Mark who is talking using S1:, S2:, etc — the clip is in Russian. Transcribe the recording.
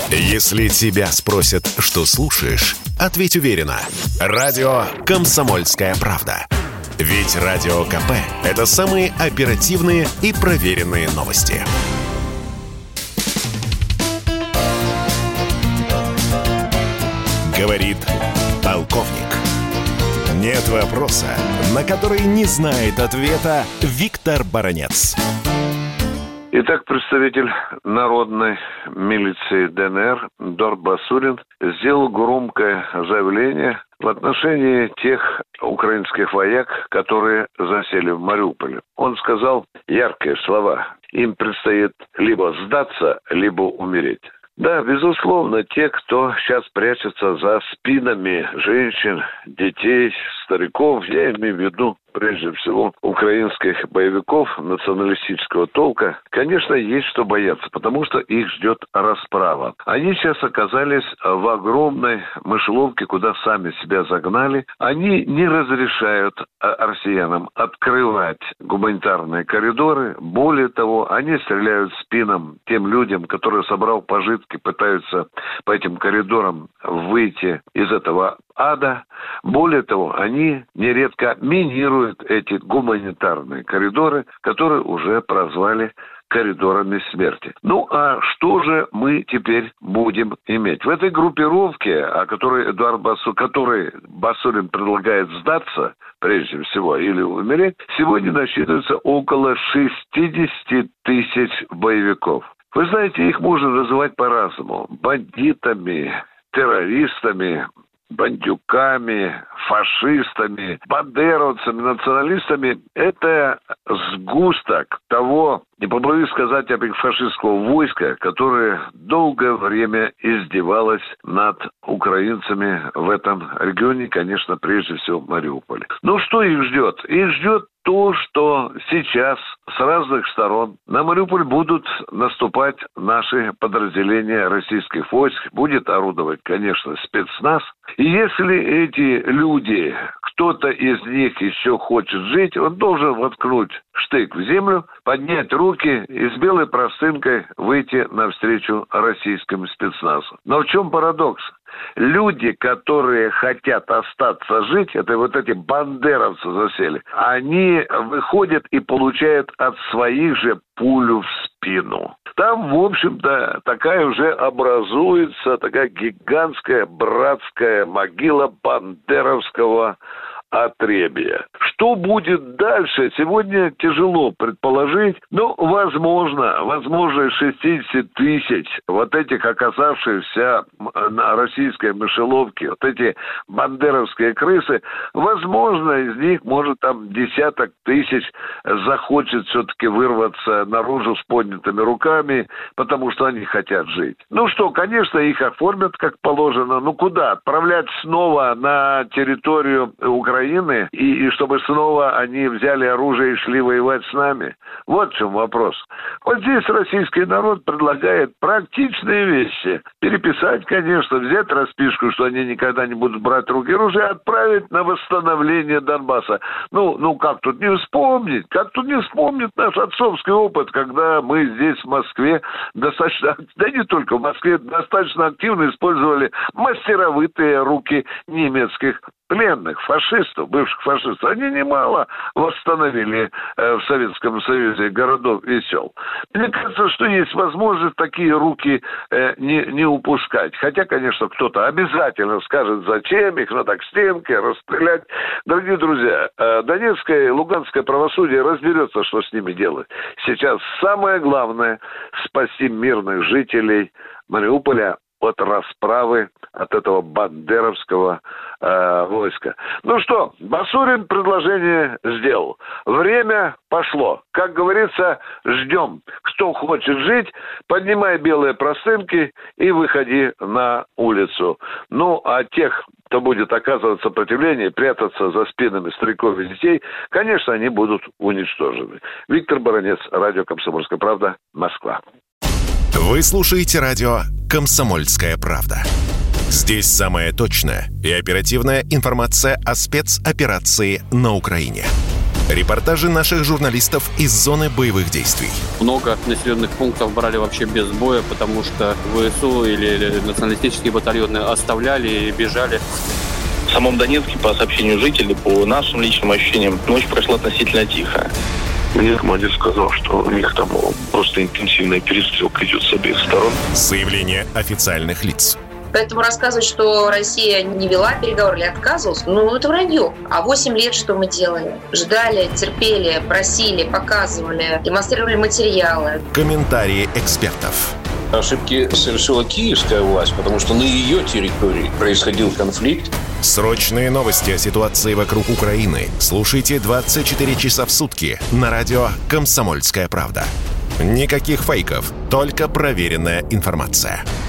S1: Если тебя спросят, что слушаешь, ответь уверенно. Радио «Комсомольская правда». Ведь Радио КП – это самые оперативные и проверенные новости. Говорит полковник. Нет вопроса, на который не знает ответа Виктор Баранец.
S2: Итак, представитель народной милиции ДНР Эдуард Басурин сделал громкое заявление в отношении тех украинских вояк, которые засели в Мариуполе. Он сказал яркие слова: им предстоит либо сдаться, либо умереть. Да, безусловно, те, кто сейчас прячется за спинами женщин, детей, стариков, я имею в виду прежде всего украинских боевиков националистического толка, конечно, есть что бояться, потому что их ждет расправа. Они сейчас оказались в огромной мышеловке, куда сами себя загнали. Они не разрешают россиянам открывать гуманитарные коридоры. Более того, они стреляют в спинам тем людям, которые, собрав пожитки, пытаются по этим коридорам выйти из этого ада. Более того, они нередко минируют эти гуманитарные коридоры, которые уже прозвали коридорами смерти. Ну, а что же мы теперь будем иметь? В этой группировке, о которой которой Басурин предлагает сдаться, прежде всего, или умереть, сегодня насчитывается около 60 тысяч боевиков. Вы знаете, их можно называть по-разному. Бандитами, террористами, бандюками, фашистами, бандеровцами, националистами. Это сгусток того, не побоюсь сказать, фашистского войска, которое долгое время издевалось над украинцами в этом регионе, конечно, прежде всего в Мариуполе. Ну, что их ждет? Их ждет то, что сейчас с разных сторон на Мариуполь будут наступать наши подразделения российских войск, будет орудовать, конечно, спецназ. И если эти люди, кто-то из них еще хочет жить, он должен воткнуть штык в землю, поднять руки и с белой простынкой выйти навстречу российскому спецназу. Но в чем парадокс? Люди, которые хотят остаться жить, это вот эти бандеровцы засели, они выходят и получают от своих же пулю в спину. Там, в общем-то, такая уже образуется такая гигантская братская могила бандеровского отребья. Что будет дальше, сегодня тяжело предположить, но возможно 60 тысяч вот этих оказавшихся на российской мышеловке, вот эти бандеровские крысы, возможно, из них, может, там десяток тысяч захочет все-таки вырваться наружу с поднятыми руками, потому что они хотят жить. Ну что, конечно, их оформят как положено, ну куда? Отправлять снова на территорию Украины, и чтобы снова они взяли оружие и шли воевать с нами? Вот в чем вопрос. Вот здесь российский народ предлагает практичные вещи. Переписать, конечно, взять расписку, что они никогда не будут брать в руки оружие, отправить на восстановление Донбасса. Ну как тут не вспомнить? Как тут не вспомнить наш отцовский опыт, когда мы здесь в Москве достаточно, да не только в Москве, достаточно активно использовали мастеровитые руки немецких пленных, фашистов, бывших фашистов. Они немало восстановили в Советском Союзе городов и сел. Мне кажется, что есть возможность такие руки не упускать. Хотя, конечно, кто-то обязательно скажет, зачем их надо к стенке расстрелять. Дорогие друзья, Донецкое и Луганское правосудие разберется, что с ними делать. Сейчас самое главное – спасти мирных жителей Мариуполя от расправы, от этого бандеровского войска. Ну что, Басурин предложение сделал. Время пошло. Как говорится, ждем. Кто хочет жить, поднимай белые простынки и выходи на улицу. Ну, а тех, кто будет оказывать сопротивление, прятаться за спинами стариков и детей, конечно, они будут уничтожены. Виктор Баранец, радио «Комсомольская правда», Москва.
S1: Вы слушаете радио «Комсомольская правда». Здесь самая точная и оперативная информация о спецоперации на Украине. Репортажи наших журналистов из зоны боевых действий.
S3: Много населенных пунктов брали вообще без боя, потому что ВСУ или националистические батальоны оставляли и бежали.
S4: В самом Донецке, по сообщению жителей, по нашим личным ощущениям, ночь прошла относительно тихо.
S2: Мне командир сказал, что у них там просто интенсивная перестрелка идет с обеих сторон.
S1: Заявления официальных лиц.
S5: Поэтому рассказывать, что Россия не вела переговоры или отказывалась, это вранье. А 8 лет что мы делали? Ждали, терпели, просили, показывали, демонстрировали материалы.
S1: Комментарии экспертов.
S6: Ошибки совершила киевская власть, потому что на ее территории происходил конфликт.
S1: Срочные новости о ситуации вокруг Украины слушайте 24 часа в сутки на радио «Комсомольская правда». Никаких фейков, только проверенная информация.